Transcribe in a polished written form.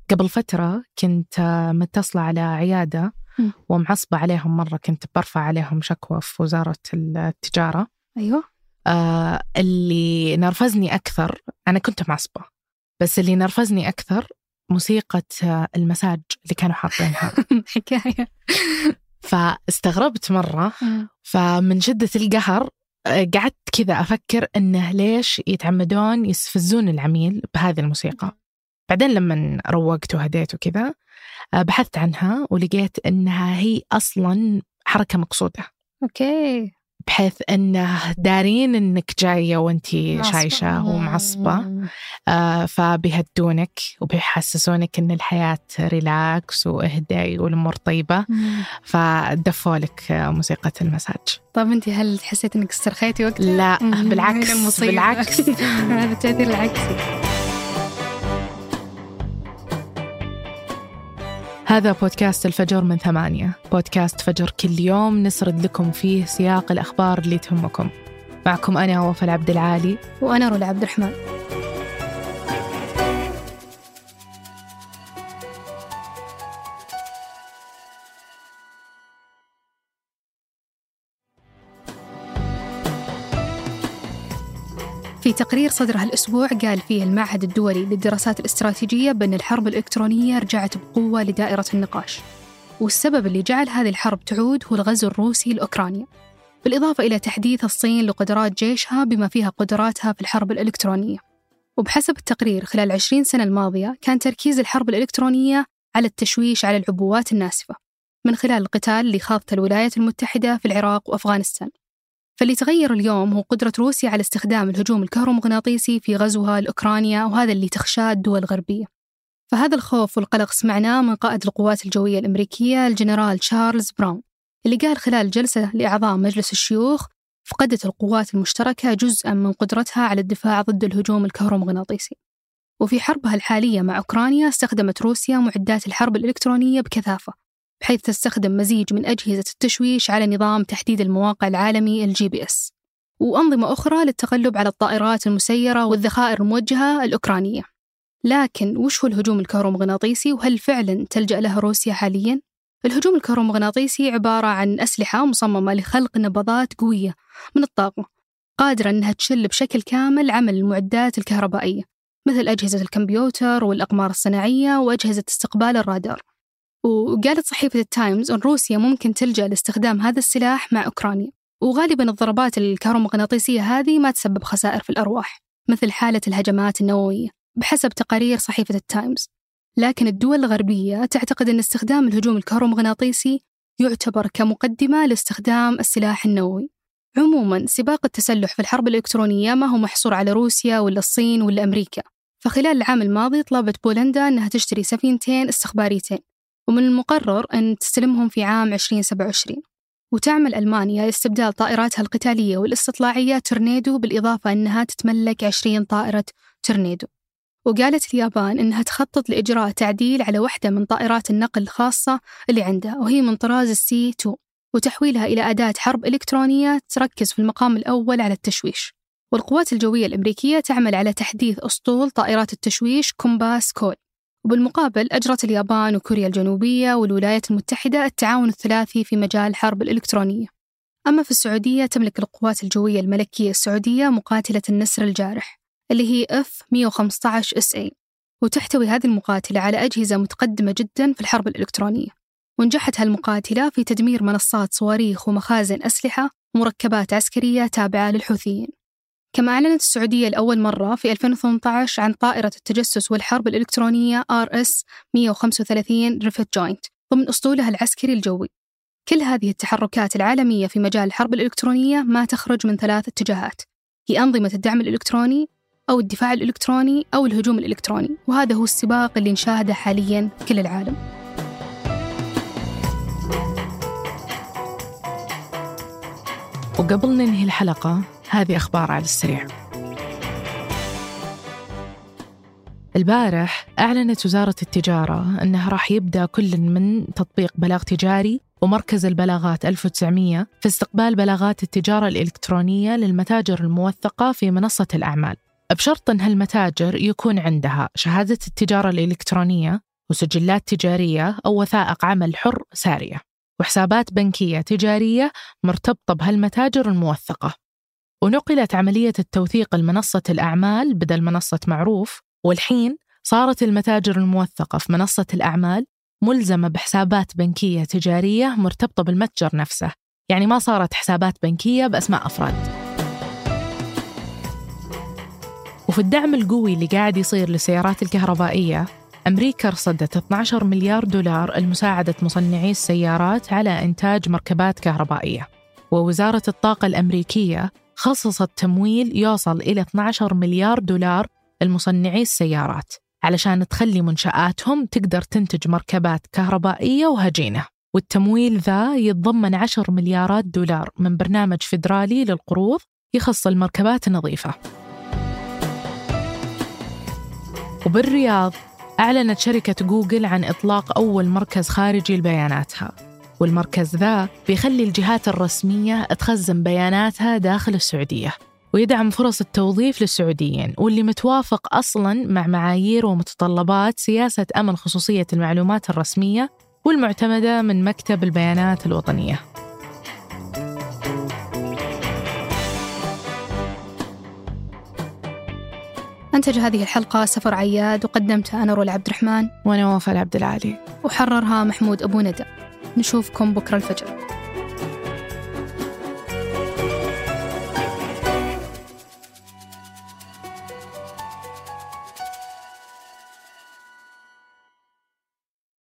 قبل فترة كنت متصلة على عيادة ومعصبة عليهم مرة، كنت برفع عليهم شكوى في وزارة التجارة. أيوة. اللي نرفزني أكثر، أنا كنت معصبة، بس اللي نرفزني أكثر موسيقى المساج اللي كانوا حاطينها. حكاية. فاستغربت مرة، فمن شدة القهر قعدت كذا أفكر إنه ليش يتعمدون يستفزون العميل بهذه الموسيقى. بعدين لما روقت وهديت وكذا بحثت عنها ولقيت إنها هي أصلاً حركة مقصودة. أوكي. بحيث إنه دارين إنك جاية وانتي شايشة ومعصبة، فبيهدونك وبيحسسونك إن الحياة ريلاكس وإهداء والأمور طيبة، فدفوا لك موسيقى المساج. طب أنتي هل حسيت إنك استرخيتي وقتها؟ لا بالعكس بالعكس. هذا التأثير العكسي. هذا بودكاست الفجر من 8، بودكاست فجر كل يوم نسرد لكم فيه سياق الأخبار اللي تهمكم. معكم أنا وفاء عبد العالي، وأنا رولا عبد الرحمن. في تقرير صدر هالأسبوع قال فيه المعهد الدولي للدراسات الاستراتيجية بأن الحرب الإلكترونية رجعت بقوة لدائرة النقاش، والسبب اللي جعل هذه الحرب تعود هو الغزو الروسي لأوكرانيا، بالإضافة إلى تحديث الصين لقدرات جيشها بما فيها قدراتها في الحرب الإلكترونية. وبحسب التقرير خلال 20 سنة الماضية كان تركيز الحرب الإلكترونية على التشويش على العبوات الناسفة من خلال القتال اللي خاضته الولايات المتحدة في العراق وأفغانستان. فاللي تغير اليوم هو قدرة روسيا على استخدام الهجوم الكهرومغناطيسي في غزوها لأوكرانيا، وهذا اللي تخشاه الدول الغربية. فهذا الخوف والقلق سمعناه من قائد القوات الجوية الأمريكية الجنرال تشارلز براون، اللي قال خلال جلسة لأعضاء مجلس الشيوخ فقدت القوات المشتركة جزءاً من قدرتها على الدفاع ضد الهجوم الكهرومغناطيسي. وفي حربها الحالية مع أوكرانيا استخدمت روسيا معدات الحرب الإلكترونية بكثافة، بحيث تستخدم مزيج من أجهزة التشويش على نظام تحديد المواقع العالمي الGPS، وأنظمة أخرى للتغلب على الطائرات المسيرة والذخائر الموجهة الأوكرانية. لكن وش هو الهجوم الكهرومغناطيسي، وهل فعلا تلجأ له روسيا حاليا؟ الهجوم الكهرومغناطيسي عبارة عن أسلحة مصممة لخلق نبضات قوية من الطاقة، قادرة أنها تشل بشكل كامل عمل المعدات الكهربائية مثل أجهزة الكمبيوتر والأقمار الصناعية وأجهزة استقبال الرادار. وقالت صحيفة التايمز أن روسيا ممكن تلجأ لاستخدام هذا السلاح مع أوكرانيا، وغالباً الضربات الكهرومغناطيسية هذه ما تسبب خسائر في الأرواح مثل حالة الهجمات النووية بحسب تقارير صحيفة التايمز. لكن الدول الغربية تعتقد أن استخدام الهجوم الكهرومغناطيسي يعتبر كمقدمة لاستخدام السلاح النووي. عموماً سباق التسلح في الحرب الإلكترونية ما هو محصور على روسيا ولا الصين ولا أمريكا. فخلال العام الماضي طلبت بولندا أنها تشتري سفينتين استخباريتين، ومن المقرر أن تستلمهم في عام 2027. وتعمل ألمانيا لاستبدال طائراتها القتالية والاستطلاعية تورنيدو، بالإضافة أنها تتملك 20 طائرة تورنيدو. وقالت اليابان أنها تخطط لإجراء تعديل على واحدة من طائرات النقل الخاصة اللي عندها، وهي من طراز الC-2، وتحويلها إلى أداة حرب إلكترونية تركز في المقام الأول على التشويش. والقوات الجوية الأمريكية تعمل على تحديث أسطول طائرات التشويش كومباس كول. وبالمقابل أجرت اليابان وكوريا الجنوبية والولايات المتحدة التعاون الثلاثي في مجال الحرب الإلكترونية. أما في السعودية تملك القوات الجوية الملكية السعودية مقاتلة النسر الجارح اللي هي F-115SA، وتحتوي هذه المقاتلة على أجهزة متقدمة جدا في الحرب الإلكترونية. ونجحت هالمقاتلة في تدمير منصات صواريخ ومخازن أسلحة ومركبات عسكرية تابعة للحوثيين. كما أعلنت السعودية لأول مرة في 2018 عن طائرة التجسس والحرب الإلكترونية RS-135 ريفت جوينت ضمن أسطولها العسكري الجوي. كل هذه التحركات العالمية في مجال الحرب الإلكترونية ما تخرج من 3 اتجاهات، هي أنظمة الدعم الإلكتروني أو الدفاع الإلكتروني أو الهجوم الإلكتروني، وهذا هو السباق اللي نشاهده حالياً في كل العالم. وقبل ننهي الحلقة هذه أخبار على السريع. البارح أعلنت وزارة التجارة أنها راح يبدأ كل من تطبيق بلاغ تجاري ومركز البلاغات 1900 في استقبال بلاغات التجارة الإلكترونية للمتاجر الموثقة في منصة الأعمال، بشرط أن هالمتاجر يكون عندها شهادة التجارة الإلكترونية وسجلات تجارية أو وثائق عمل حر سارية، وحسابات بنكية تجارية مرتبطة بهالمتاجر الموثقة. ونقلت عملية التوثيق لمنصة الأعمال بدل منصة معروف، والحين صارت المتاجر الموثقة في منصة الأعمال ملزمة بحسابات بنكية تجارية مرتبطة بالمتجر نفسه، يعني ما صارت حسابات بنكية بأسماء أفراد. وفي الدعم القوي اللي قاعد يصير للسيارات الكهربائية، أمريكا رصدت 12 مليار دولار لمساعدة مصنعي السيارات على إنتاج مركبات كهربائية. ووزارة الطاقة الأمريكية خصصت تمويل يوصل إلى 12 مليار دولار لمصنعي السيارات علشان تخلي منشآتهم تقدر تنتج مركبات كهربائية وهجينة. والتمويل ذا يتضمن 10 مليارات دولار من برنامج فيدرالي للقروض يخص المركبات النظيفة. وبالرياض أعلنت شركة جوجل عن إطلاق أول مركز خارجي لبياناتها، والمركز ذا بيخلي الجهات الرسمية تخزن بياناتها داخل السعودية ويدعم فرص التوظيف للسعوديين، واللي متوافق أصلاً مع معايير ومتطلبات سياسة أمن خصوصية المعلومات الرسمية والمعتمدة من مكتب البيانات الوطنية. أنتج هذه الحلقة سفر عياد، وقدمتها أنا رولا عبد الرحمن، وأنا وفاء عبد العالي، وحررها محمود أبو ندى. نشوفكم بكرة الفجر.